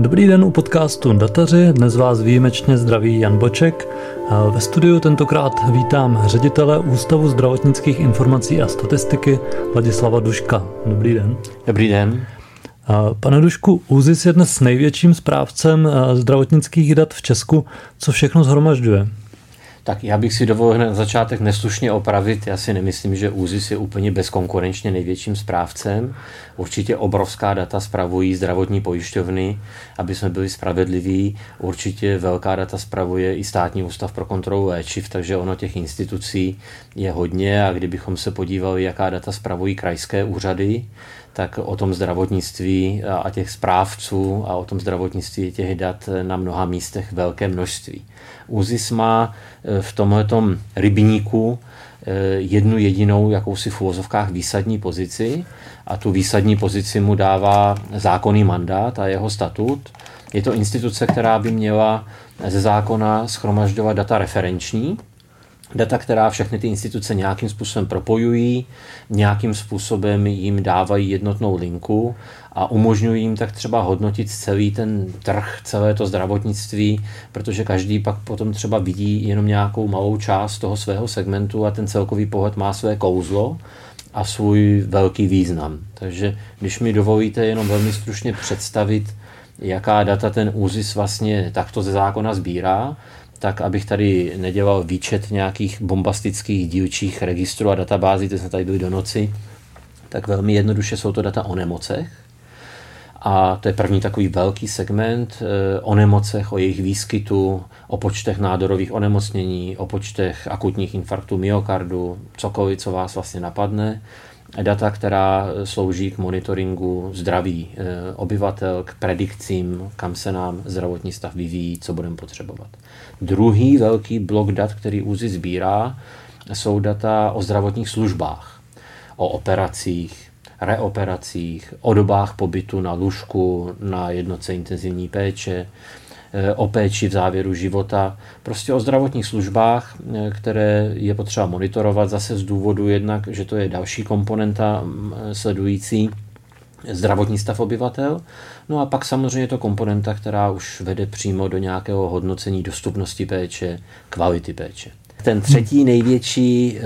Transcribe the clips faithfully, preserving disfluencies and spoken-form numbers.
Dobrý den u podcastu Dataři, dnes vás výjimečně zdraví Jan Boček. Ve studiu tentokrát vítám ředitele Ústavu zdravotnických informací a statistiky Ladislava Duška. Dobrý den. Dobrý den. Pane Dušku, ÚZIS je dnes největším správcem zdravotnických dat v Česku. Co všechno shromažďuje? Tak já bych si dovolil na začátek neslušně opravit. Já si nemyslím, že ÚZIS je úplně bezkonkurenčně největším správcem. Určitě obrovská data spravují zdravotní pojišťovny, aby jsme byli spravedliví. Určitě velká data spravuje i Státní ústav pro kontrolu léčiv, takže ono těch institucí je hodně a kdybychom se podívali, jaká data spravují krajské úřady, tak o tom zdravotnictví a těch správců a o tom zdravotnictví je těch dat na mnoha místech velké množství. ÚZIS má v tomhletom rybníku jednu jedinou jakousi v uvozovkách výsadní pozici a tu výsadní pozici mu dává zákonný mandát a jeho statut. Je to instituce, která by měla ze zákona shromažďovat data referenční, data, která všechny ty instituce nějakým způsobem propojují, nějakým způsobem jim dávají jednotnou linku a umožňují jim tak třeba hodnotit celý ten trh, celé to zdravotnictví, protože každý pak potom třeba vidí jenom nějakou malou část toho svého segmentu a ten celkový pohled má své kouzlo a svůj velký význam. Takže když mi dovolíte jenom velmi stručně představit, jaká data ten ÚZIS vlastně takto ze zákona sbírá, tak abych tady nedělal výčet nějakých bombastických dílčích registrů a databází, to jsme tady byli do noci, tak velmi jednoduše jsou to data o nemocech. A to je první takový velký segment o nemocech, o jejich výskytu, o počtech nádorových onemocnění, o počtech akutních infarktů myokardu, cokoliv, co vás vlastně napadne. Data, která slouží k monitoringu zdraví obyvatel, k predikcím, kam se nám zdravotní stav vyvíjí, co budeme potřebovat. Druhý velký blok dat, který ÚZIS sbírá, jsou data o zdravotních službách, o operacích, reoperacích, o dobách pobytu na lůžku, na jednotce intenzivní péče, o péči v závěru života, prostě o zdravotních službách, které je potřeba monitorovat zase z důvodu jednak, že to je další komponenta sledující zdravotní stav obyvatel. No a pak samozřejmě je to komponenta, která už vede přímo do nějakého hodnocení dostupnosti péče, kvality péče. Ten třetí největší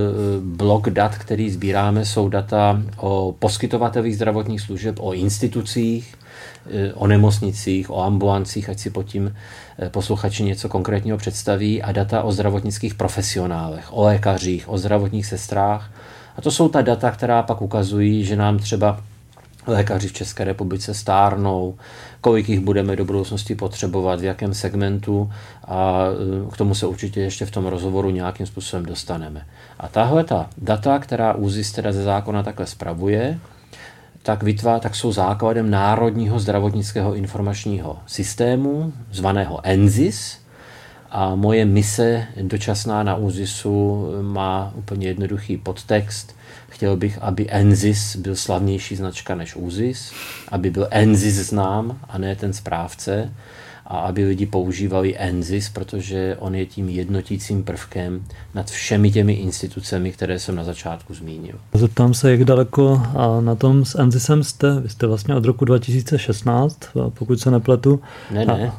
blok dat, který sbíráme, jsou data o poskytovatelích zdravotních služeb, o institucích, o nemocnicích, o ambulancích, ať si pod tím posluchači něco konkrétního představí, a data o zdravotnických profesionálech, o lékařích, o zdravotních sestrách. A to jsou ta data, která pak ukazují, že nám třeba lékaři v České republice stárnou, kolik jich budeme do budoucnosti potřebovat, v jakém segmentu, a k tomu se určitě ještě v tom rozhovoru nějakým způsobem dostaneme. A tahle ta data, která ÚZIS teda ze zákona takhle spravuje, tak, vytvá, tak jsou základem Národního zdravotnického informačního systému, zvaného NZIS. A moje mise dočasná na ÚZISu má úplně jednoduchý podtext. Chtěl bych, aby NZIS byl slavnější značka než ÚZIS, aby byl NZIS znám a ne ten správce, a aby lidi používali NZIS, protože on je tím jednotícím prvkem nad všemi těmi institucemi, které jsem na začátku zmínil. Zeptám se, jak daleko na tom s NZISem jste? Vy jste vlastně od roku dva tisíce šestnáct, pokud se nepletu. Ne, ne.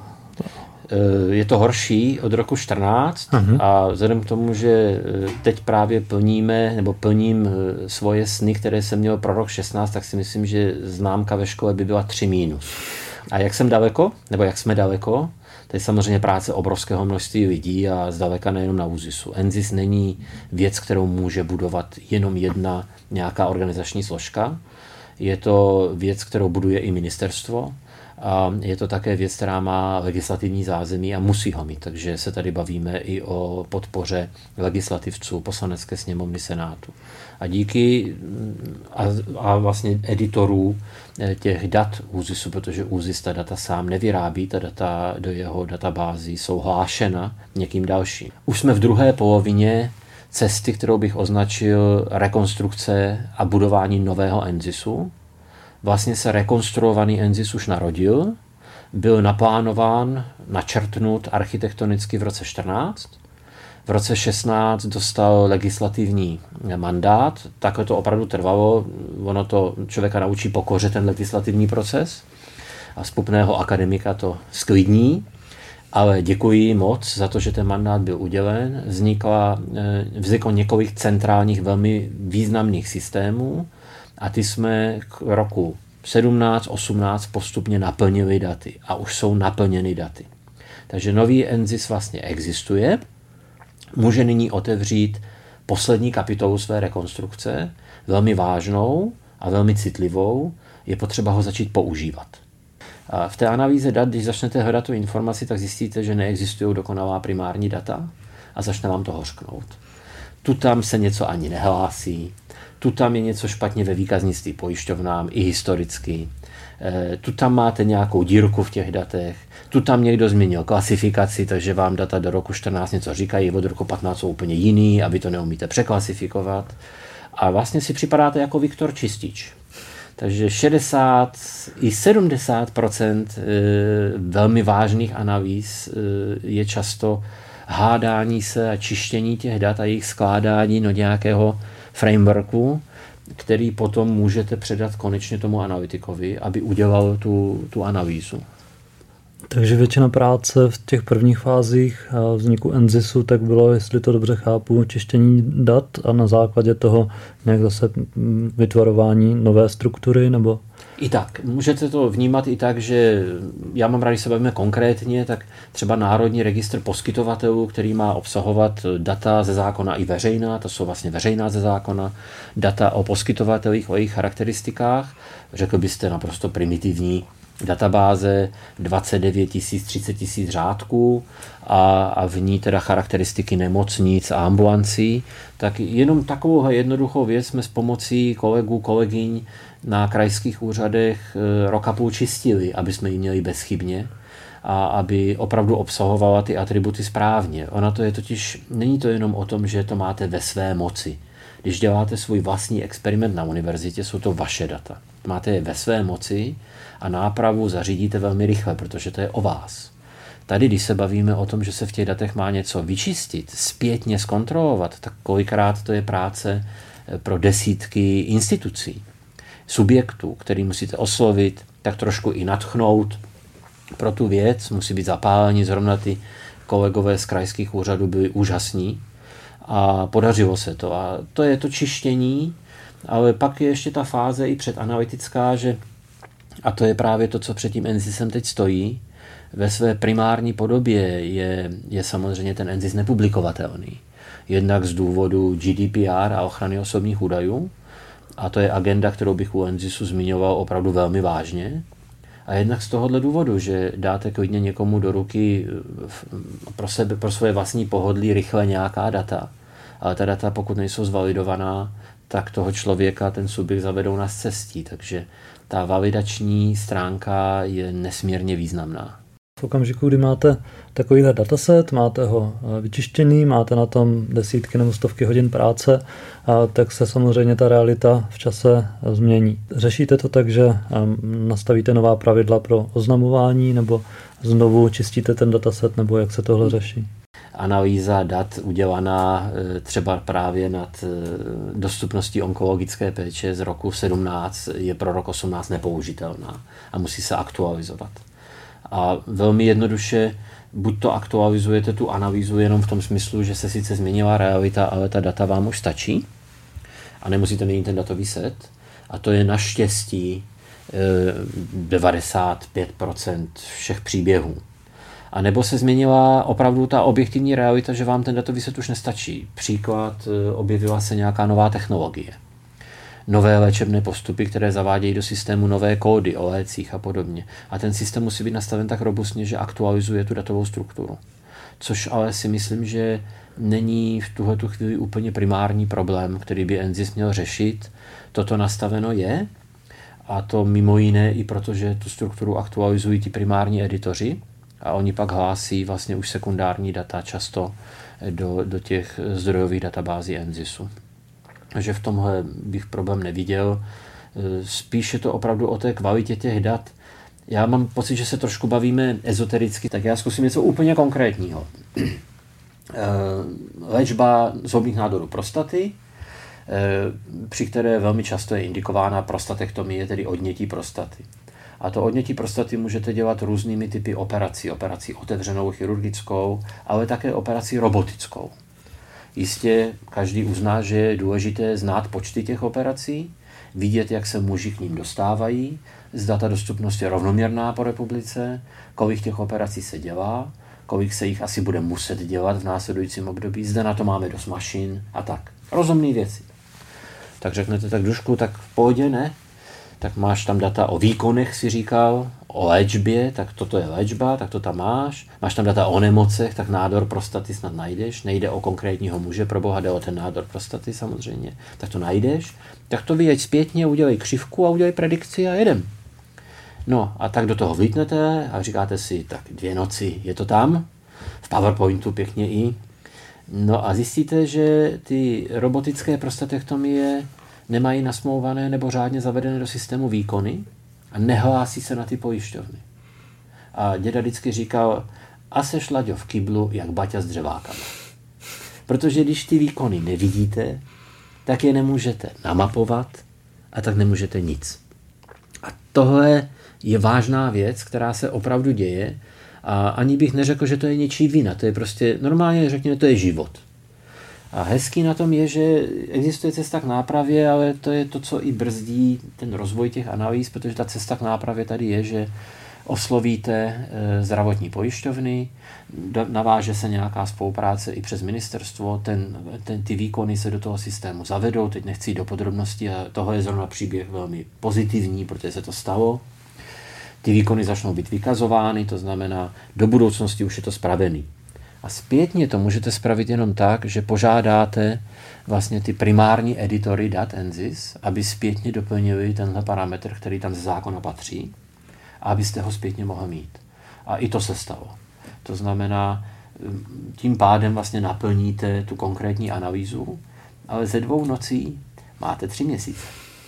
Je to horší od roku čtrnáct. Uh-huh. A vzhledem k tomu, že teď právě plníme, nebo plním svoje sny, které jsem měl pro rok šestnáct, tak si myslím, že známka ve škole by byla tři mínus. A jak jsem daleko, nebo jak jsme daleko, to je samozřejmě práce obrovského množství lidí a zdaleka nejenom na ÚZISu. NZIS není věc, kterou může budovat jenom jedna nějaká organizační složka. Je to věc, kterou buduje i ministerstvo. A je to také věc, která má legislativní zázemí a musí ho mít. Takže se tady bavíme i o podpoře legislativců, Poslanecké sněmovny, Senátu. A díky a, a vlastně editorů těch dat ÚZISu, protože ÚZIS ta data sám nevyrábí, ta data do jeho databází jsou hlášena někým dalším. Už jsme v druhé polovině cesty, kterou bych označil rekonstrukce a budování nového NZISu. Vlastně se rekonstruovaný NZIS už narodil, byl naplánován, načrtnut architektonicky v roce čtrnáct. V roce šestnáct dostal legislativní mandát, takhle to opravdu trvalo, ono to člověka naučí pokoře ten legislativní proces. a zpupného akademika to sklidní, ale děkuji moc za to, že ten mandát byl udělen. Vznikla, vzniklo několik centrálních velmi významných systémů a ty jsme k roku sedmnáct osmnáct postupně naplnili daty a už jsou naplněny daty. Takže nový NZIS vlastně existuje, může nyní otevřít poslední kapitolu své rekonstrukce, velmi vážnou a velmi citlivou, je potřeba ho začít používat. A v té analýze dat, když začnete hledat tu informaci, tak zjistíte, že neexistují dokonalá primární data a začne vám to hořknout. Tu tam se něco ani nehlásí, tu tam je něco špatně ve výkaznictví pojišťovnám i historicky, e, tu tam máte nějakou dírku v těch datech, tu tam někdo změnil klasifikaci, takže vám data do roku čtrnáct něco říkají, od roku patnáct jsou úplně jiný a vy to neumíte překlasifikovat. A vlastně si připadáte jako Viktor Čistič. Takže šedesát i sedmdesát procent velmi vážných analýz je často hádání se a čištění těch dat a jejich skládání do nějakého frameworku, který potom můžete předat konečně tomu analytikovi, aby udělal tu, tu analýzu. Takže většina práce v těch prvních fázích vzniku NZISu tak bylo, jestli to dobře chápu, čištění dat a na základě toho nějak zase vytvorování nové struktury, nebo? I tak. Můžete to vnímat i tak, že já mám rád, když se bavíme konkrétně, tak třeba Národní registr poskytovatelů, který má obsahovat data ze zákona i veřejná, to jsou vlastně veřejná ze zákona, data o poskytovatelích, o jejich charakteristikách, řekl byste naprosto primitivní databáze, dvacet devět tisíc, třicet tisíc řádků a, a v ní teda charakteristiky nemocnic a ambulancí, tak jenom takovou jednoduchou věc jsme s pomocí kolegů, kolegyň na krajských úřadech rok a půl čistili, aby jsme ji měli bezchybně a aby opravdu obsahovala ty atributy správně. Ona to je totiž, není to jenom o tom, že to máte ve své moci. Když děláte svůj vlastní experiment na univerzitě, jsou to vaše data. Máte je ve své moci a nápravu zařídíte velmi rychle, protože to je o vás. Tady, když se bavíme o tom, že se v těch datech má něco vyčistit, zpětně zkontrolovat, tak kolikrát to je práce pro desítky institucí, subjektů, který musíte oslovit, tak trošku i nadchnout pro tu věc, musí být zapálení, zrovna ty kolegové z krajských úřadů byli úžasní a podařilo se to. A to je to čištění, ale pak je ještě ta fáze i předanalytická, že, a to je právě to, co před tím NZISem teď stojí, ve své primární podobě je, je samozřejmě ten NZIS nepublikovatelný. Jednak z důvodu G D P R a ochrany osobních údajů, a to je agenda, kterou bych u NZISu zmiňoval opravdu velmi vážně. A jednak z tohohle důvodu, že dáte klidně někomu do ruky pro sebe, pro svoje vlastní pohodlí rychle nějaká data, ale ta data, pokud nejsou zvalidovaná, tak toho člověka, ten subjekt zavedou na cestí. Takže ta validační stránka je nesmírně významná. V okamžiku, kdy máte takovýhle dataset, máte ho vyčištěný, máte na tom desítky nebo stovky hodin práce, tak se samozřejmě ta realita v čase změní. Řešíte to tak, že nastavíte nová pravidla pro oznamování, nebo znovu čistíte ten dataset, nebo jak se tohle řeší? Analýza dat udělaná třeba právě nad dostupností onkologické péče z roku sedmnáct je pro rok osmnáct nepoužitelná a musí se aktualizovat. A velmi jednoduše buď to aktualizujete tu analýzu jenom v tom smyslu, že se sice změnila realita, ale ta data vám už stačí a nemusíte měnit ten datový set. A to je naštěstí devadesát pět procent všech příběhů. A nebo se změnila opravdu ta objektivní realita, že vám ten datový set už nestačí. Příklad, objevila se nějaká nová technologie. Nové léčebné postupy, které zavádějí do systému nové kódy o lécích a podobně. A ten systém musí být nastaven tak robustně, že aktualizuje tu datovou strukturu. Což ale si myslím, že není v tuhletu chvíli úplně primární problém, který by NZIS měl řešit. Toto nastaveno je, a to mimo jiné i proto, že tu strukturu aktualizují ti primární editoři a oni pak hlásí vlastně už sekundární data často do, do těch zdrojových databází NZISu. Takže v tomhle bych problém neviděl. Spíš je to opravdu o té kvalitě těch dat. Já mám pocit, že se trošku bavíme ezotericky, tak já zkusím něco úplně konkrétního. Léčba zhoubných nádorů prostaty, při které velmi často je indikována prostatektomie, tedy odnětí prostaty. A to odnětí prostaty můžete dělat různými typy operací. Operací otevřenou chirurgickou, ale také operací robotickou. Jistě každý uzná, že je důležité znát počty těch operací, vidět, jak se muži k ním dostávají, zda ta dostupnost je rovnoměrná po republice, kolik těch operací se dělá, kolik se jich asi bude muset dělat v následujícím období, zde na to máme dost mašin a tak. Rozumné věci. Tak řeknete, tak Dušku, tak v pohodě, ne? Tak máš tam data o výkonech, si říkal, o léčbě, tak toto je léčba, tak to tam máš. Máš tam data o nemocech, tak nádor prostaty snad najdeš. Nejde o konkrétního muže, pro boha jde o ten nádor prostaty samozřejmě. Tak to najdeš. Tak to vyjeď zpětně, udělej křivku a udělej predikci a jedem. No a tak do toho vlítnete a říkáte si, tak dvě noci, je to tam? V PowerPointu pěkně i. No a zjistíte, že ty robotické prostatektomie nemají nasmlouvané nebo řádně zavedené do systému výkony a nehlásí se na ty pojišťovny. A děda vždycky říkal, a seš Laďo v kyblu, jak Baťa s dřevákama. Protože když ty výkony nevidíte, tak je nemůžete namapovat a tak nemůžete nic. A tohle je vážná věc, která se opravdu děje a ani bych neřekl, že to je něčí vina. To je prostě, normálně řekněme, to je život. A hezký na tom je, že existuje cesta k nápravě, ale to je to, co i brzdí ten rozvoj těch analýz, protože ta cesta k nápravě tady je, že oslovíte zdravotní pojišťovny, naváže se nějaká spolupráce i přes ministerstvo, ten, ten, ty výkony se do toho systému zavedou, teď nechci jít do podrobností a tohle je zrovna příběh velmi pozitivní, protože se to stalo. Ty výkony začnou být vykazovány, to znamená, do budoucnosti už je to spravený. A zpětně to můžete spravit jenom tak, že požádáte vlastně ty primární editory dat N Z I S, aby zpětně doplnili tenhle parametr, který tam ze zákona patří, a abyste ho zpětně mohli mít. A i to se stalo. To znamená, tím pádem vlastně naplníte tu konkrétní analýzu, ale ze dvou nocí máte tři měsíce.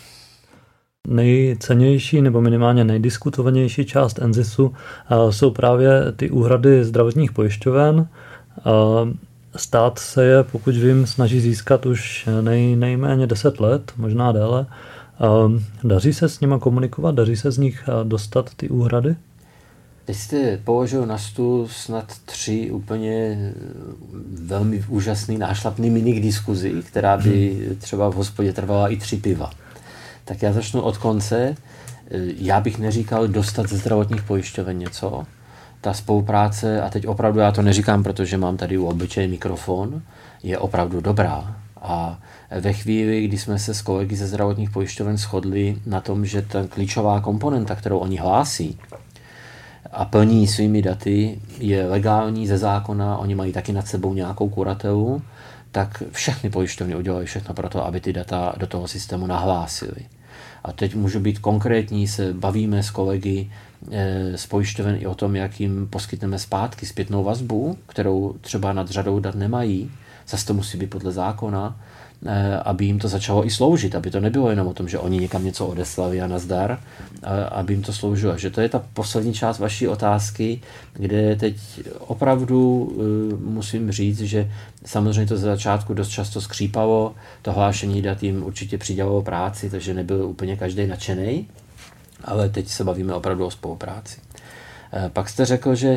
Nejcennější nebo minimálně nejdiskutovanější část N Z I S u jsou právě ty úhrady zdravotních pojišťoven. Stát se je, pokud vím, snaží získat už nej, nejméně deset let, možná déle. Daří se s nima komunikovat? Daří se z nich dostat ty úhrady? Teď jste položil na stůl snad tři úplně velmi úžasný nášlapný mini k diskuzi, která by třeba v hospodě trvala i tři piva. Tak já začnu od konce. Já bych neříkal dostat ze zdravotních pojišťoven něco. Ta spolupráce, a teď opravdu já to neříkám, protože mám tady u obyčejný mikrofon, je opravdu dobrá. A ve chvíli, kdy jsme se s kolegy ze zdravotních pojišťoven shodli na tom, že ta klíčová komponenta, kterou oni hlásí a plní svými daty, je legální ze zákona, oni mají taky nad sebou nějakou kuratelu, tak všechny pojišťovny udělají všechno pro to, aby ty data do toho systému nahlásily. A teď můžu být konkrétní, se bavíme s kolegy e, z pojišťoven i o tom, jak jim poskytneme zpátky zpětnou vazbu, kterou třeba nad řadou dat nemají, zase to musí být podle zákona, e, aby jim to začalo i sloužit, aby to nebylo jenom o tom, že oni někam něco odeslali a nazdar, a, aby jim to sloužilo. Že to je ta poslední část vaší otázky, kde teď opravdu e, musím říct, že samozřejmě to ze začátku dost často skřípalo, to hlášení dat jim určitě přidělalo práci, takže nebyl úplně každý nadšenej, ale teď se bavíme opravdu o spolupráci. E, pak jste řekl, že e,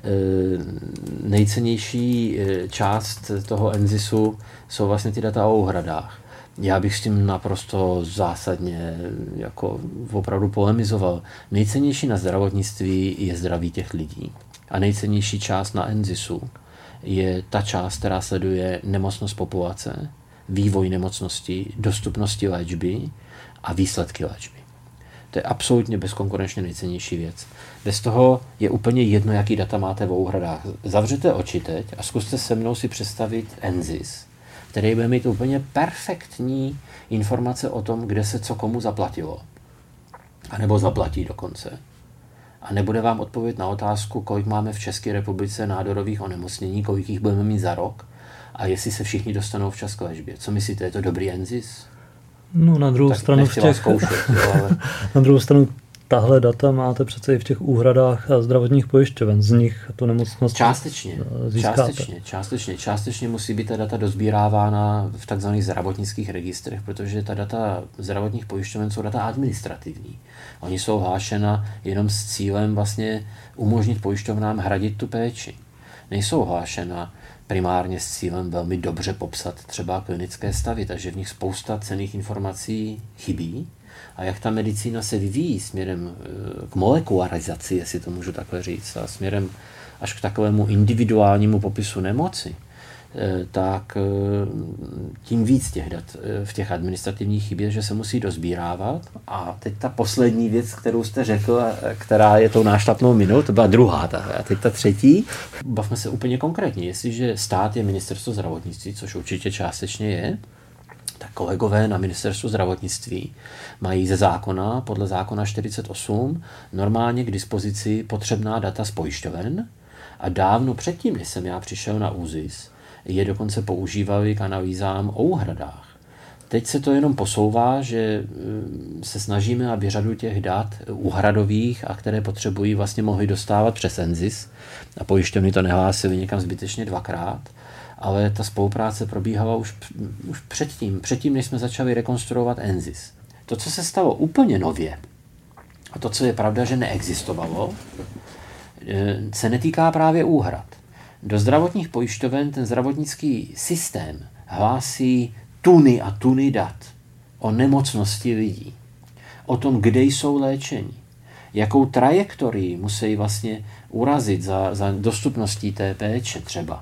nejcennější část toho N Z I S u jsou vlastně ty data o úhradách. Já bych s tím naprosto zásadně jako opravdu polemizoval. Nejcennější na zdravotnictví je zdraví těch lidí. A nejcennější část na N Z I S u je ta část, která sleduje nemocnost populace, vývoj nemocnosti, dostupnosti léčby a výsledky léčby. To je absolutně bezkonkurenčně nejcennější věc. Bez toho je úplně jedno, jaký data máte o úhradách. Zavřete oči teď a zkuste se mnou si představit N Z I S, který bude mít úplně perfektní informace o tom, kde se co komu zaplatilo. A nebo zaplatí dokonce. A nebude vám odpovědět na otázku, kolik máme v České republice nádorových onemocnění, kolik jich budeme mít za rok a jestli se všichni dostanou včas k léčbě. Co myslíte, je to dobrý N Z I S? No na druhou tak stranu v těch... zkoušet, jo, ale... na druhou stranu tahle data máte přece i v těch úhradách zdravotních pojišťoven. Z nich tu nemocnost částečně, získáte. Částečně, částečně. Částečně musí být ta data dozbírávána v takzvaných zdravotnických registrech, protože ta data zdravotních pojišťoven jsou data administrativní. Oni jsou hlášena jenom s cílem vlastně umožnit pojišťovnám hradit tu péči. Nejsou hlášena primárně s cílem velmi dobře popsat třeba klinické stavy, takže v nich spousta cenných informací chybí. A jak ta medicína se vyvíjí směrem k molekularizaci, jestli to můžu takhle říct, a směrem až k takovému individuálnímu popisu nemoci, tak tím víc těch dat v těch administrativních chybě, že se musí dozbírávat. A teď ta poslední věc, kterou jste řekl, která je tou nášlapnou minou, to byla druhá. A teď ta třetí. Bavme se úplně konkrétně. Jestliže stát je ministerstvo zdravotnictví, což určitě částečně je, tak kolegové na ministerstvu zdravotnictví mají ze zákona, podle zákona čtyřicet osm, normálně k dispozici potřebná data z pojišťoven a dávno předtím, než jsem já přišel na ÚZIS, je dokonce používali k analýzám o úhradách. Teď se to jenom posouvá, že se snažíme, aby řadu těch dat úhradových a které potřebují, vlastně mohli dostávat přes NZIS a pojišťovny to nehlásily někam zbytečně dvakrát, ale ta spolupráce probíhala už, už předtím, předtím, než jsme začali rekonstruovat NZIS. To, co se stalo úplně nově, a to, co je pravda, že neexistovalo, se netýká právě úhrad. Do zdravotních pojišťoven ten zdravotnický systém hlásí tuny a tuny dat o nemocnosti lidí, o tom, kde jsou léčení, jakou trajektorii musí vlastně urazit za, za dostupností té péče třeba,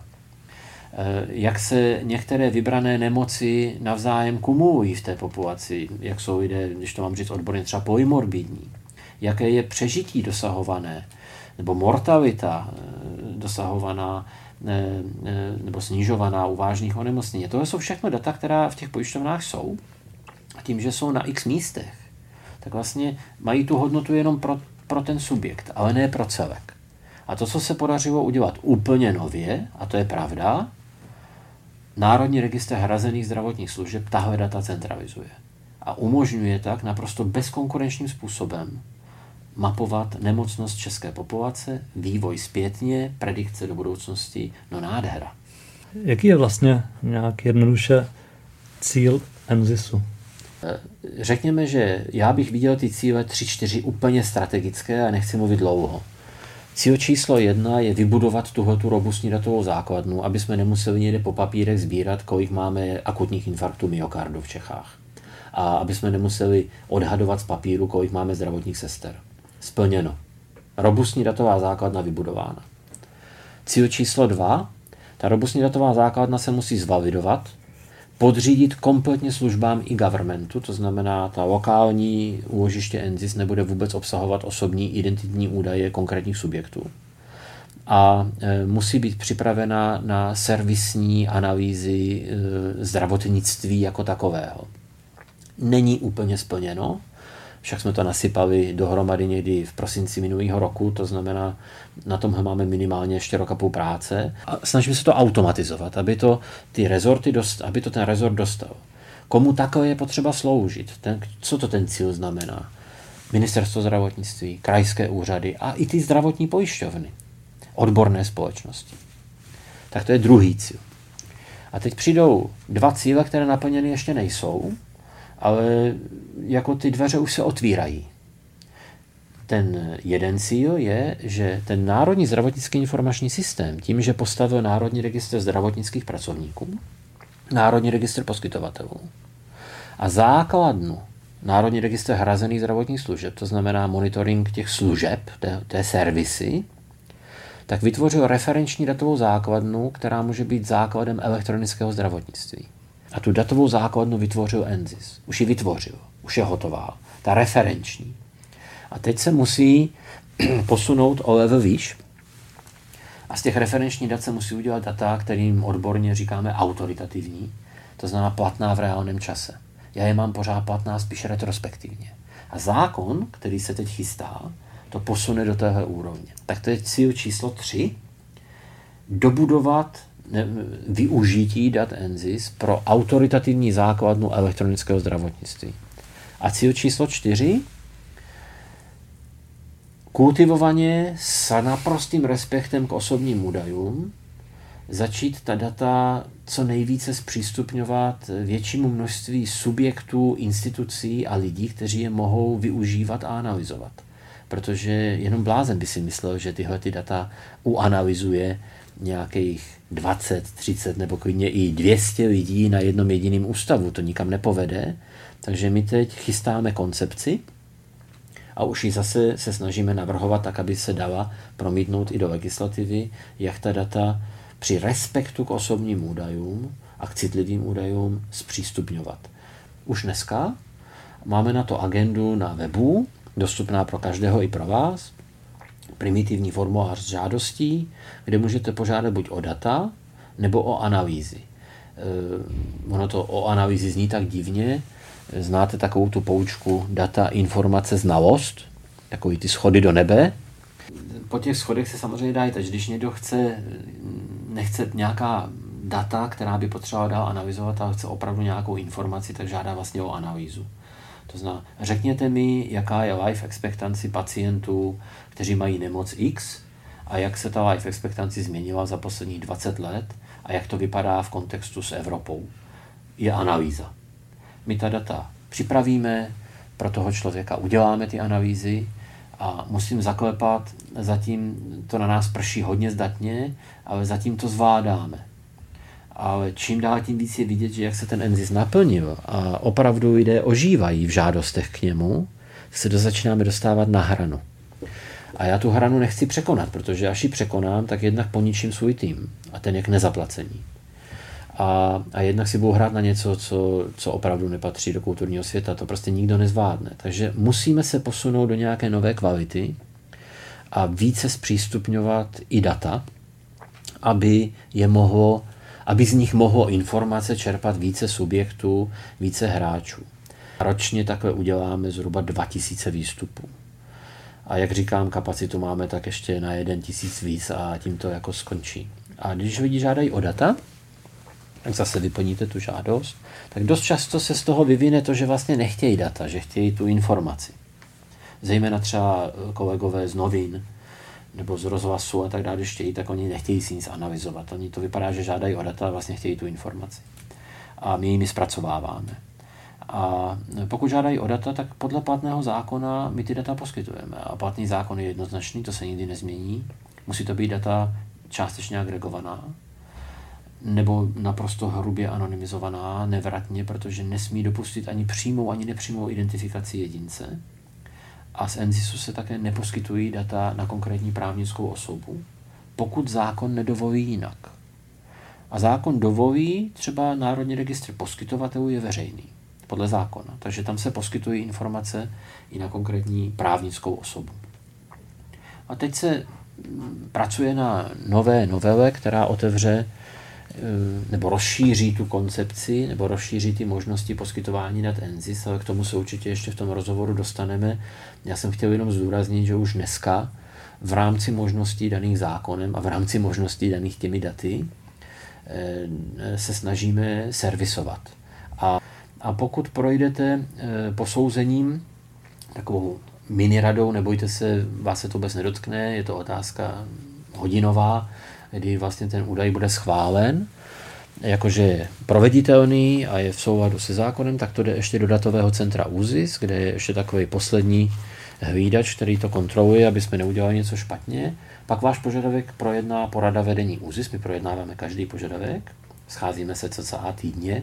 jak se některé vybrané nemoci navzájem kumulují v té populaci, jak jsou lidé, když to mám říct odborně, třeba polymorbidní, jaké je přežití dosahované, nebo mortalita dosahovaná nebo snižovaná u vážných onemocnění. Tohle jsou všechno data, která v těch pojišťovnách jsou. A tím, že jsou na x místech, tak vlastně mají tu hodnotu jenom pro, pro ten subjekt, ale ne pro celek. A to, co se podařilo udělat úplně nově, a to je pravda, Národní registr hrazených zdravotních služeb tahle data centralizuje. A umožňuje tak naprosto bezkonkurenčním způsobem mapovat nemocnost české populace, vývoj zpětně, predikce do budoucnosti, no nádhera. Jaký je vlastně nějak jednoduše cíl NZISu? Řekněme, že já bych viděl ty cíle tři, čtyři úplně strategické a nechci mluvit dlouho. Cíl číslo jedna je vybudovat tuhletu robustní datovou základnu, aby jsme nemuseli někde po papírech sbírat, kolik máme akutních infarktů myokardu v Čechách. A aby jsme nemuseli odhadovat z papíru, kolik máme zdravotních sester. Splněno. Robustní datová základna vybudována. Cíl číslo dva. Ta robustní datová základna se musí zvalidovat, podřídit kompletně službám i governmentu, to znamená, ta lokální úložiště NZIS nebude vůbec obsahovat osobní identitní údaje konkrétních subjektů. A e, musí být připravena na servisní analýzy e, zdravotnictví jako takového. Není úplně splněno, však jsme to nasypali dohromady někdy v prosinci minulého roku, to znamená, na tomhle máme minimálně ještě rok a půl práce. A snažíme se to automatizovat, aby to ty rezorty dost, aby to ten rezort dostal. Komu takové je potřeba sloužit? Ten, co to ten cíl znamená? Ministerstvo zdravotnictví, krajské úřady a i ty zdravotní pojišťovny, odborné společnosti. Tak to je druhý cíl. A teď přijdou dva cíle, které naplněny ještě nejsou, ale jako ty dveře už se otvírají. Ten jeden cíl je, že ten Národní zdravotnický informační systém, tím, že postavil Národní registr zdravotnických pracovníků, Národní registr poskytovatelů a základnu Národní registr hrazených zdravotních služeb, to znamená monitoring těch služeb, té, té servisy, tak vytvořil referenční datovou základnu, která může být základem elektronického zdravotnictví. A tu datovou základnu vytvořil NZIS. Už ji vytvořil, už je hotová. Ta referenční. A teď se musí posunout o level výš a z těch referenčních dat se musí udělat data, kterým odborně říkáme autoritativní, to znamená platná v reálném čase. Já je mám pořád platná spíš retrospektivně. A zákon, který se teď chystá, to posune do téhle úrovně. Tak to je cíl číslo tři. Dobudovat ne, využití dat NZIS pro autoritativní základnu elektronického zdravotnictví. A cíl číslo čtyři. kultivovaně s naprostým respektem k osobním údajům začít ta data co nejvíce zpřístupňovat většímu množství subjektů, institucí a lidí, kteří je mohou využívat a analyzovat. Protože jenom blázen by si myslel, že tyhle ty data uanalyzuje nějakých dvacet, třicet nebo klidně i dvě stě lidí na jednom jediném ústavu. To nikam nepovede. Takže my teď chystáme koncepci a už ji zase se snažíme navrhovat tak, aby se dala promítnout i do legislativy, jak ta data při respektu k osobním údajům a k citlivým údajům zpřístupňovat. Už dneska máme na to agendu na webu, dostupná pro každého i pro vás, primitivní formulář s žádostí, kde můžete požádat buď o data, nebo o analýzy. E, ono to o analýzy zní tak divně. Znáte takovou tu poučku data, informace, znalost, takový ty schody do nebe. Po těch schodech se samozřejmě dá jít, takže když někdo chce, nechce nějaká data, která by potřebovala dál analyzovat, ale chce opravdu nějakou informaci, tak žádá vlastně o analýzu. To znamená, řekněte mi, jaká je life expectancy pacientů, kteří mají nemoc X a jak se ta life expectancy změnila za posledních dvacet let a jak to vypadá v kontextu s Evropou. Je analýza. My ta data připravíme, pro toho člověka uděláme ty analýzy a musím zaklepat, zatím to na nás prší hodně zdatně, ale zatím to zvládáme. Ale čím dál tím víc je vidět, že jak se ten enzys naplnil a opravdu lidé ožívají v žádostech k němu, se do začínáme dostávat na hranu. A já tu hranu nechci překonat, protože až ji překonám, tak jednak poničím svůj tým a ten je k nezaplacení. A, a jednak si budu hrát na něco, co, co opravdu nepatří do kulturního světa. To prostě nikdo nezvládne. Takže musíme se posunout do nějaké nové kvality a více zpřístupňovat i data, aby je mohlo, aby z nich mohlo informace čerpat více subjektů, více hráčů. Ročně takhle uděláme zhruba dva tisíce výstupů. A jak říkám, kapacitu máme tak ještě na jeden tisíc víc a tím to jako skončí. A když lidi žádají o data, tak zase vyplníte tu žádost, tak dost často se z toho vyvine to, že vlastně nechtějí data, že chtějí tu informaci. Zejména třeba kolegové z novin nebo z rozhlasu a tak dále, když chtějí, tak oni nechtějí si nic analyzovat. Oni to vypadá, že žádají o data a vlastně chtějí tu informaci. A my jimi zpracováváme. A pokud žádají o data, tak podle platného zákona my ty data poskytujeme. A platný zákon je jednoznačný, to se nikdy nezmění. Musí to být data částečně agregovaná, nebo naprosto hrubě anonymizovaná, nevratně, protože nesmí dopustit ani přímou, ani nepřímou identifikaci jedince. A z enzysu se také neposkytují data na konkrétní právnickou osobu, pokud zákon nedovolí jinak. A zákon dovolí, třeba Národní registr poskytovatelů je veřejný, podle zákona. Takže tam se poskytují informace i na konkrétní právnickou osobu. A teď se pracuje na nové novele, která otevře nebo rozšíří tu koncepci, nebo rozšíří ty možnosti poskytování dat enzys, ale k tomu se určitě ještě v tom rozhovoru dostaneme. Já jsem chtěl jenom zdůraznit, že už dneska v rámci možností daných zákonem a v rámci možností daných těmi daty se snažíme servisovat. A, a pokud projdete posouzením takovou miniradou, nebojte se, vás se to vůbec nedotkne, je to otázka hodinová, kdy vlastně ten údaj bude schválen, jakože je proveditelný a je v souladu se zákonem, tak to jde ještě do datového centra ÚZIS, kde je ještě takový poslední hlídač, který to kontroluje, aby jsme neudělali něco špatně. Pak váš požadavek projedná porada vedení ÚZIS, my projednáváme každý požadavek, scházíme se cca týdně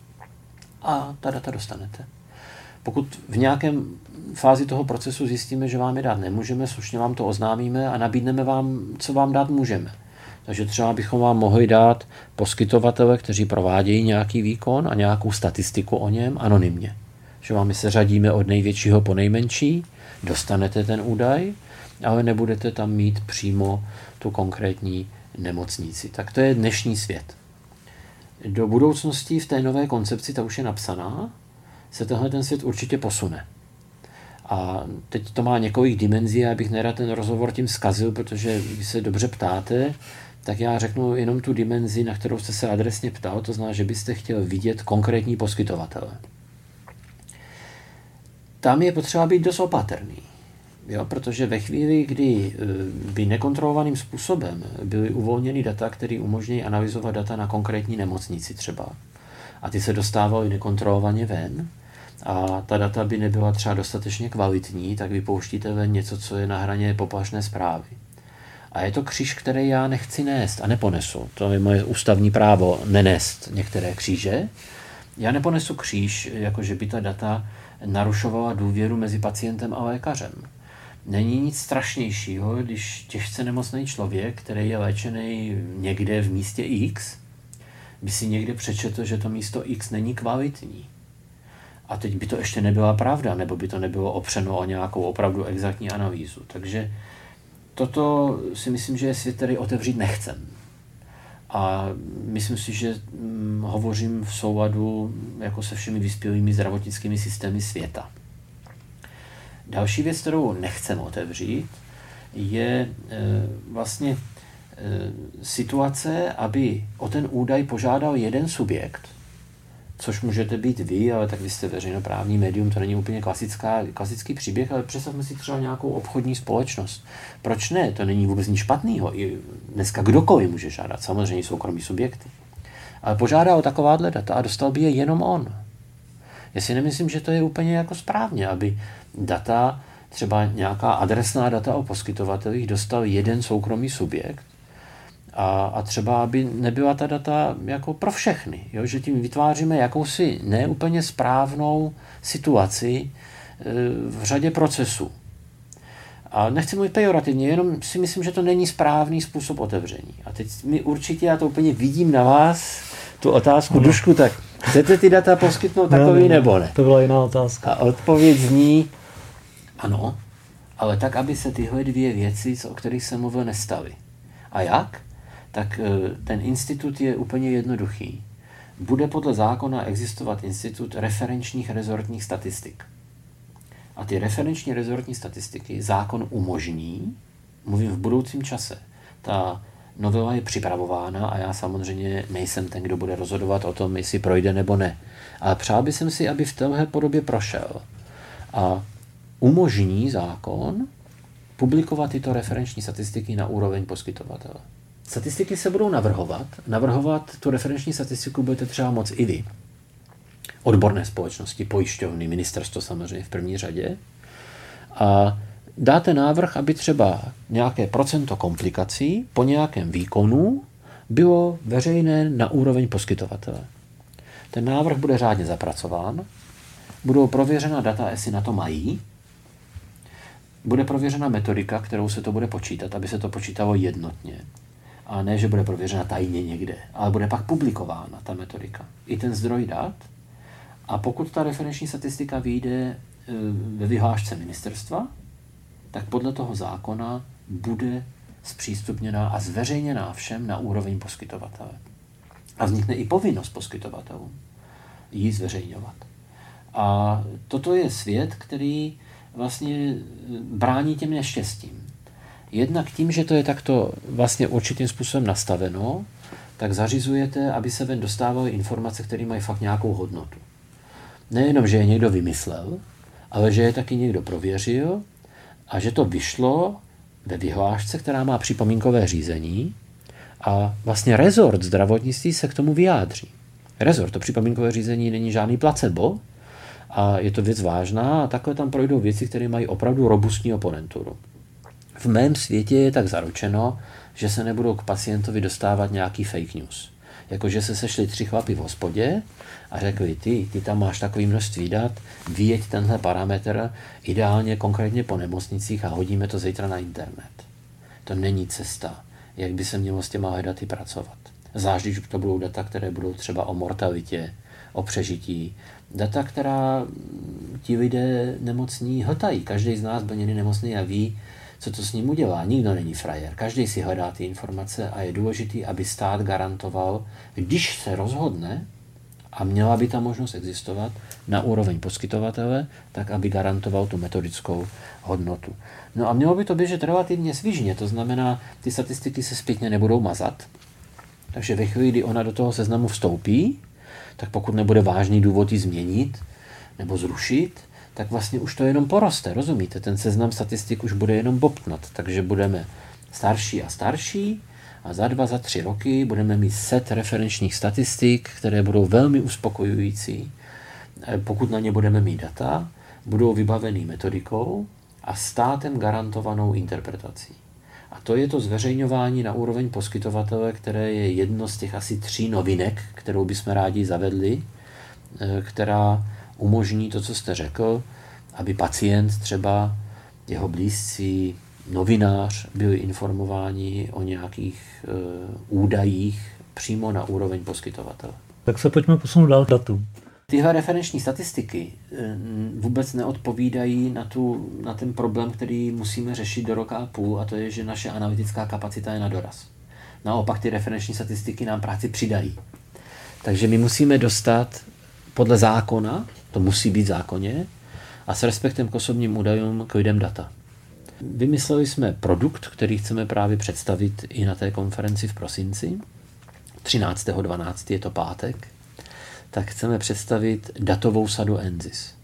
a ta data dostanete. Pokud v nějakém fázi toho procesu zjistíme, že vám je dát nemůžeme, slušně vám to oznámíme a nabídneme vám, co vám dát můžeme. Takže třeba bychom vám mohli dát poskytovatele, kteří provádějí nějaký výkon a nějakou statistiku o něm anonymně. Že vám se řadíme od největšího po nejmenší, dostanete ten údaj, ale nebudete tam mít přímo tu konkrétní nemocnici. Tak to je dnešní svět. Do budoucnosti v té nové koncepci, ta už je napsaná, se tenhle ten svět určitě posune. A teď to má několik dimenzí, já bych nerad ten rozhovor tím zkazil, protože když se dobře ptáte, tak já řeknu jenom tu dimenzi, na kterou jste se adresně ptal, to znamená, že byste chtěl vidět konkrétní poskytovatele. Tam je potřeba být dost opatrný. Jo, protože ve chvíli, kdy by nekontrolovaným způsobem byly uvolněny data, které umožňují analyzovat data na konkrétní nemocnici třeba, a ty se dostávaly nekontrolovaně ven, a ta data by nebyla třeba dostatečně kvalitní, tak vypouštíte ven něco, co je na hraně poplašné zprávy. A je to kříž, který já nechci nést a neponesu. To je moje ústavní právo nenést některé kříže. Já neponesu kříž, jakože by ta data narušovala důvěru mezi pacientem a lékařem. Není nic strašnějšího, když těžce nemocný člověk, který je léčený někde v místě X, by si někde přečetl, že to místo X není kvalitní. A teď by to ještě nebyla pravda, nebo by to nebylo opřeno o nějakou opravdu exaktní analýzu. Takže toto si myslím, že je svět, který otevřít nechcem. A myslím si, že hm, hovořím v souladu jako se všemi vyspělými zdravotnickými systémy světa. Další věc, kterou nechcem otevřít, je e, vlastně e, situace, aby o ten údaj požádal jeden subjekt, což můžete být vy, ale tak vy jste veřejnoprávní médium, to není úplně klasická, klasický příběh, ale představme si třeba nějakou obchodní společnost. Proč ne? To není vůbec nic špatného. I dneska kdokoliv může žádat, samozřejmě soukromí subjekty. Ale požádá o takováhle data a dostal by je jenom on. Já si nemyslím, že to je úplně jako správně, aby data, třeba nějaká adresná data o poskytovatelích dostal jeden soukromý subjekt a, a třeba aby nebyla ta data jako pro všechny. Jo? Že tím vytváříme jakousi neúplně správnou situaci e, v řadě procesů. A nechci mluvit pejorativně, jenom si myslím, že to není správný způsob otevření. A teď mi určitě, já to úplně vidím na vás, tu otázku, Dušku, tak chcete ty data poskytnout takový ne, ne, nebo ne? To byla jiná otázka. A odpověď zní ano, ale tak, aby se tyhle dvě věci, o kterých jsem mluvil, nestaly. A jak? Tak ten institut je úplně jednoduchý. Bude podle zákona existovat institut referenčních rezortních statistik. A ty referenční rezortní statistiky zákon umožní, mluvím v budoucím čase. Ta novela je připravována a já samozřejmě nejsem ten, kdo bude rozhodovat o tom, jestli projde nebo ne. Ale přál bych si, aby v téhle podobě prošel. A umožní zákon publikovat tyto referenční statistiky na úroveň poskytovatele. Statistiky se budou navrhovat. Navrhovat tu referenční statistiku budete třeba moc i vy. Odborné společnosti, pojišťovny, ministerstvo samozřejmě v první řadě. A dáte návrh, aby třeba nějaké procento komplikací po nějakém výkonu bylo veřejné na úroveň poskytovatele. Ten návrh bude řádně zapracován, budou prověřena data, jestli na to mají, bude prověřena metodika, kterou se to bude počítat, aby se to počítalo jednotně. A ne, že bude prověřena tajně někde, ale bude pak publikována ta metodika. I ten zdroj dat. A pokud ta referenční statistika vyjde ve vyhlášce ministerstva, tak podle toho zákona bude zpřístupněná a zveřejněná všem na úroveň poskytovatele. A vznikne i povinnost poskytovatelů ji zveřejňovat. A toto je svět, který vlastně brání těm neštěstím. Jednak tím, že to je takto vlastně určitým způsobem nastaveno, tak zařizujete, aby se ven dostávaly informace, které mají fakt nějakou hodnotu. Nejenom, že je někdo vymyslel, ale že je taky někdo prověřil a že to vyšlo ve vyhlášce, která má připomínkové řízení a vlastně rezort zdravotnictví se k tomu vyjádří. Rezort, to připomínkové řízení není žádný placebo a je to věc vážná a takhle tam projdou věci, které mají opravdu robustní oponenturu. V mém světě je tak zaručeno, že se nebudou k pacientovi dostávat nějaký fake news. Jakože se sešli tři chlapi v hospodě a řekli, ty, ty tam máš takový množství dat, vyjeď tenhle parametr, ideálně konkrétně po nemocnicích a hodíme to zítra na internet. To není cesta, jak by se mělo s těma daty pracovat. Zvlášť, když to budou data, které budou třeba o mortalitě, o přežití. Data, která ti lidé nemocní hltají. Každý z nás byl někdy nemocný a ví, co to s ním udělá. Nikdo není frajer. Každý si hledá ty informace a je důležitý, aby stát garantoval, když se rozhodne, a měla by ta možnost existovat na úroveň poskytovatele, tak aby garantoval tu metodickou hodnotu. No a mělo by to běžet relativně svižně, to znamená, ty statistiky se zpětně nebudou mazat, takže ve chvíli, kdy ona do toho seznamu vstoupí, tak pokud nebude vážný důvod ji změnit nebo zrušit, tak vlastně už to jenom poroste, rozumíte? Ten seznam statistik už bude jenom bobtnat, takže budeme starší a starší a za dva, za tři roky budeme mít set referenčních statistik, které budou velmi uspokojující. Pokud na ně budeme mít data, budou vybavený metodikou a státem garantovanou interpretací. A to je to zveřejňování na úroveň poskytovatele, které je jedno z těch asi tří novinek, kterou bychom rádi zavedli, která umožní to, co jste řekl, aby pacient, třeba jeho blízcí, novinář byli informováni o nějakých e, údajích přímo na úroveň poskytovatele. Tak se pojďme posunout dál k datu. Tyhle referenční statistiky vůbec neodpovídají na, tu, na ten problém, který musíme řešit do roka a půl, a to je, že naše analytická kapacita je na doraz. Naopak ty referenční statistiky nám práci přidají. Takže my musíme dostat podle zákona, to musí být v zákoně, a s respektem k osobním údajům k lidem data. Vymysleli jsme produkt, který chceme právě představit i na té konferenci v prosinci. třináctého dvanáctého je to pátek. Tak chceme představit datovou sadu N Z I S.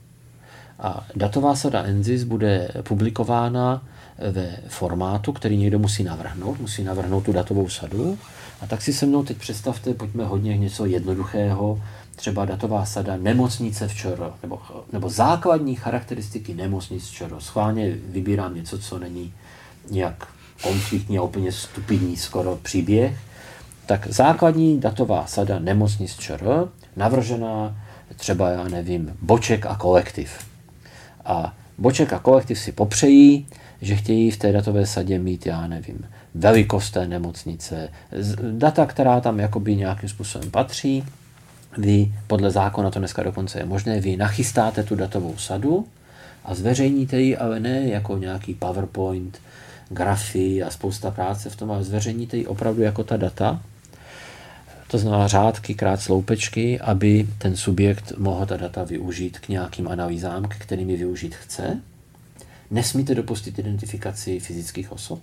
A datová sada N Z I S bude publikována ve formátu, který někdo musí navrhnout, musí navrhnout tu datovou sadu. A tak si se mnou teď představte, pojďme hodně něco jednoduchého, třeba datová sada nemocnice v ČR, nebo, nebo základní charakteristiky nemocnic v ČR. Schválně vybírám něco, co není nějak konfliktní a úplně stupidní skoro příběh. Tak základní datová sada nemocnic ČR, navržená třeba, já nevím, Boček a kolektiv. A Boček a kolektiv si popřejí, že chtějí v té datové sadě mít, já nevím, velikost té nemocnice, data, která tam jakoby nějakým způsobem patří. Vy, podle zákona to dneska dokonce je možné, vy nachystáte tu datovou sadu a zveřejníte ji, ale ne jako nějaký PowerPoint, grafy a spousta práce v tom, ale zveřejníte ji opravdu jako ta data. To znamená řádky krát sloupečky, aby ten subjekt mohl ta data využít k nějakým analýzám, k kterým ji využít chce. Nesmíte dopustit identifikaci fyzických osob.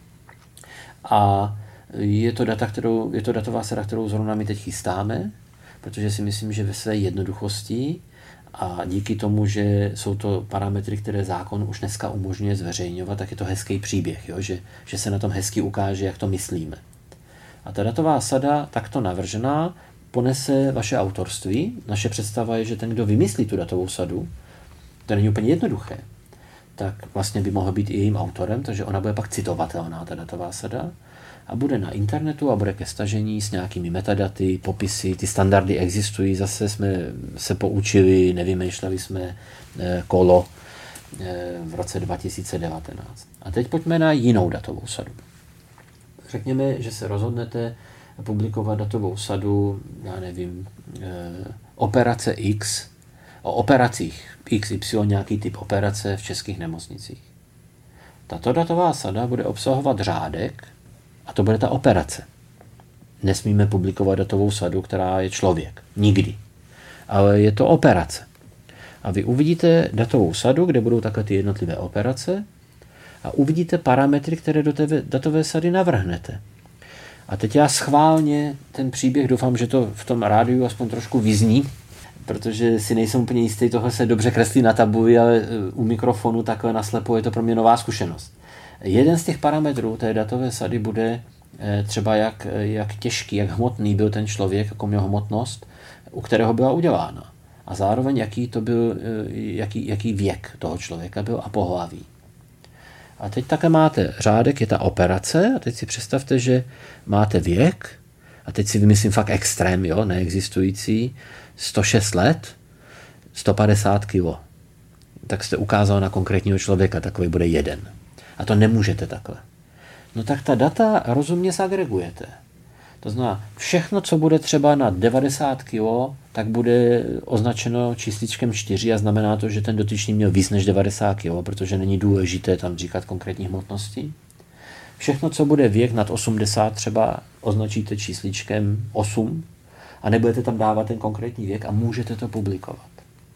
A je to, data, kterou, je to datová sada, kterou zrovna my teď chystáme, protože si myslím, že ve své jednoduchosti a díky tomu, že jsou to parametry, které zákon už dneska umožňuje zveřejňovat, tak je to hezký příběh, jo? Že, že se na tom hezky ukáže, jak to myslíme. A ta datová sada, takto navržená, ponese vaše autorství. Naše představa je, že ten, kdo vymyslí tu datovou sadu, to není úplně jednoduché, tak vlastně by mohl být i jejím autorem, takže ona bude pak citovatelná, ta datová sada, a bude na internetu a bude ke stažení s nějakými metadaty, popisy, ty standardy existují, zase jsme se poučili, nevymýšleli jsme kolo v roce dva tisíce devatenáct. A teď pojďme na jinou datovou sadu. Řekněme, že se rozhodnete publikovat datovou sadu, já nevím, operace X, o operacích X Y, nějaký typ operace v českých nemocnicích. Tato datová sada bude obsahovat řádek, a to bude ta operace. Nesmíme publikovat datovou sadu, která je člověk. Nikdy. Ale je to operace. A vy uvidíte datovou sadu, kde budou takhle ty jednotlivé operace, a uvidíte parametry, které do té datové sady navrhnete. A teď já schválně ten příběh, doufám, že to v tom rádiu aspoň trošku vyzní, protože si nejsem úplně jistý, tohle se dobře kreslí na tabuli, ale u mikrofonu takhle naslepo je to pro mě nová zkušenost. Jeden z těch parametrů té datové sady bude třeba jak, jak těžký, jak hmotný byl ten člověk, jako měl hmotnost, u kterého byla udělána. A zároveň jaký to byl, jaký, jaký věk toho člověka byl a pohlaví. A teď také máte řádek, je ta operace, a teď si představte, že máte věk, a teď si vymyslím fakt extrém, jo, neexistující, sto šest let, sto padesát kilo. Tak jste ukázal na konkrétního člověka, takový bude jeden. A to nemůžete takhle. No tak ta data rozumně zagregujete. To znamená, všechno, co bude třeba na devadesát kilo, tak bude označeno čísličkem čtyři a znamená to, že ten dotyčný měl víc než devadesát kilo, protože není důležité tam říkat konkrétní hmotnosti. Všechno, co bude věk nad osmdesát, třeba označíte čísličkem osm a nebudete tam dávat ten konkrétní věk a můžete to publikovat.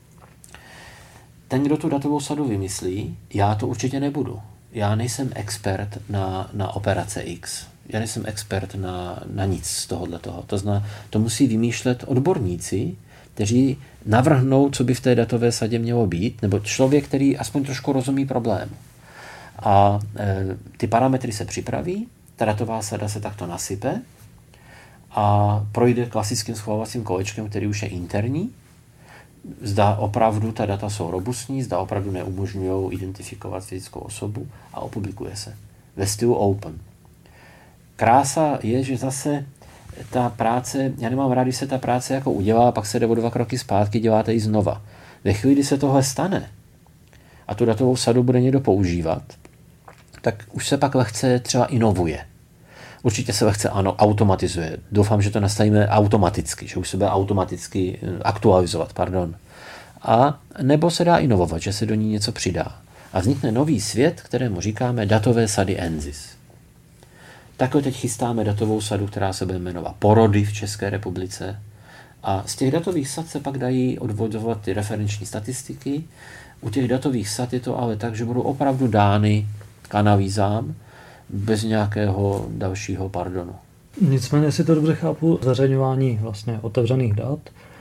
Ten, kdo tu datovou sadu vymyslí, já to určitě nebudu. Já nejsem expert na, na operace X. Já nejsem expert na, na nic z tohohle toho. To znamená, to musí vymýšlet odborníci, kteří navrhnou, co by v té datové sadě mělo být, nebo člověk, který aspoň trošku rozumí problému. A e, ty parametry se připraví, ta datová sada se takto nasype a projde klasickým schvalovacím kolečkem, který už je interní. Zda opravdu ta data jsou robustní, zda opravdu neumožňují identifikovat fyzickou osobu a opublikuje se ve stylu open. Krása je, že zase ta práce, já nemám rád, když se ta práce jako udělá a pak se jde o dva kroky zpátky, děláte ji znova. Ve chvíli, kdy se tohle stane a tu datovou sadu bude někdo používat, tak už se pak lehce třeba inovuje. Určitě se lehce ano, automatizuje. Doufám, že to nastavíme automaticky, že už se bude automaticky aktualizovat, pardon. A nebo se dá inovovat, že se do ní něco přidá. A vznikne nový svět, kterému říkáme datové sady NZIS. Takhle teď chystáme datovou sadu, která se bude jmenovat porody v České republice. A z těch datových sad se pak dají odvodovat ty referenční statistiky. U těch datových sad je to ale tak, že budou opravdu dány k analýzám bez nějakého dalšího pardonu. Nicméně, jestli to dobře chápu, zveřejňování vlastně otevřených dat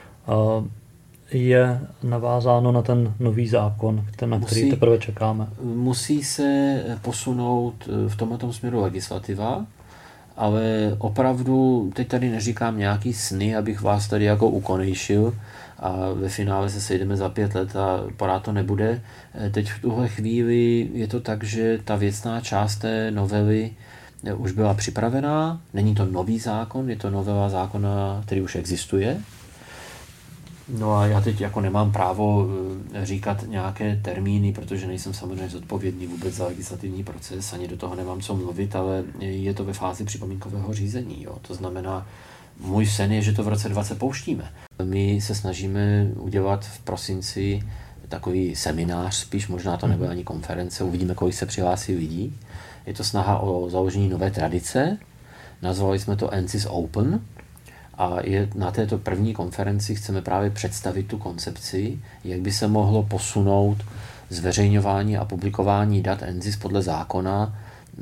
je navázáno na ten nový zákon, na musí, který teprve čekáme. Musí se posunout v tomto směru legislativa, ale opravdu teď tady neříkám nějaký sny, abych vás tady jako ukonejšil a ve finále se sejdeme za pět let a pořád to nebude. Teď v tuhle chvíli je to tak, že ta věcná část té novely už byla připravená. Není to nový zákon, je to novela zákona, který už existuje. No a já teď jako nemám právo říkat nějaké termíny, protože nejsem samozřejmě zodpovědný vůbec za legislativní proces, ani do toho nemám co mluvit, ale je to ve fázi připomínkového řízení. Jo. To znamená, můj sen je, že to v roce dvacet pouštíme. My se snažíme udělat v prosinci takový seminář, spíš možná to nebude ani konference, uvidíme, kolik se přihlásí lidí. Je to snaha o založení nové tradice, nazvali jsme to NZIS Open a je, na této první konferenci chceme právě představit tu koncepci, jak by se mohlo posunout zveřejňování a publikování dat NZIS podle zákona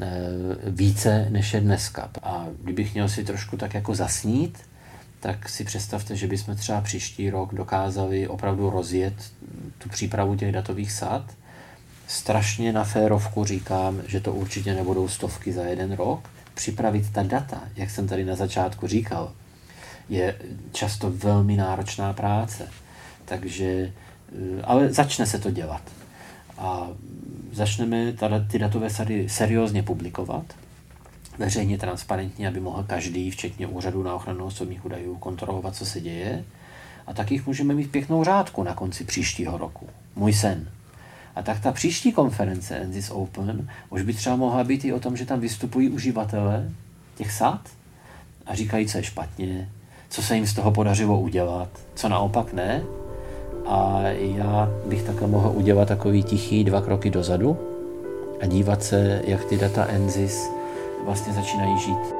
více než je dneska. A kdybych měl si trošku tak jako zasnít, tak si představte, že bychom třeba příští rok dokázali opravdu rozjet tu přípravu těch datových sad. Strašně na férovku říkám, že to určitě nebudou stovky za jeden rok. Připravit ta data, jak jsem tady na začátku říkal, je často velmi náročná práce. Takže, ale začne se to dělat. A začneme ty datové sady seriózně publikovat, veřejně, transparentně, aby mohl každý, včetně úřadu na ochranu osobních údajů, kontrolovat, co se děje. A tak jich můžeme mít pěknou řádku na konci příštího roku. Můj sen. A tak ta příští konference NZIS Open už by třeba mohla být i o tom, že tam vystupují uživatelé těch sad a říkají, co je špatně, co se jim z toho podařilo udělat, co naopak ne. A já bych takhle mohl udělat takový tichý dva kroky dozadu a dívat se, jak ty data NZIS vlastně začínají žít.